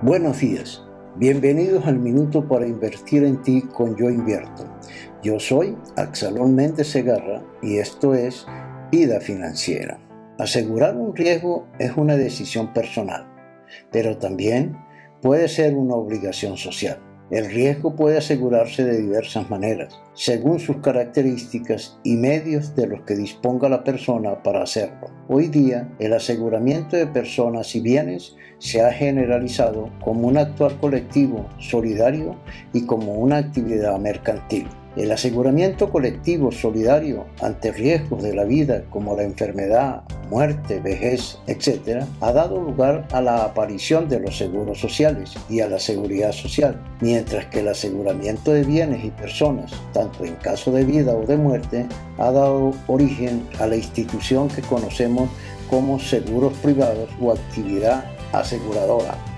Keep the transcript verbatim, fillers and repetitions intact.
Buenos días, bienvenidos al Minuto para Invertir en Ti con Yo Invierto. Yo soy Axelón Méndez Segarra y esto es Vida Financiera. Asegurar un riesgo es una decisión personal, pero también puede ser una obligación social. El riesgo puede asegurarse de diversas maneras, según sus características y medios de los que disponga la persona para hacerlo. Hoy día, el aseguramiento de personas y bienes se ha generalizado como un actuar colectivo, solidario y como una actividad mercantil. El aseguramiento colectivo solidario ante riesgos de la vida como la enfermedad, muerte, vejez, etcétera, ha dado lugar a la aparición de los seguros sociales y a la seguridad social, mientras que el aseguramiento de bienes y personas, tanto en caso de vida o de muerte, ha dado origen a la institución que conocemos como seguros privados o actividad aseguradora.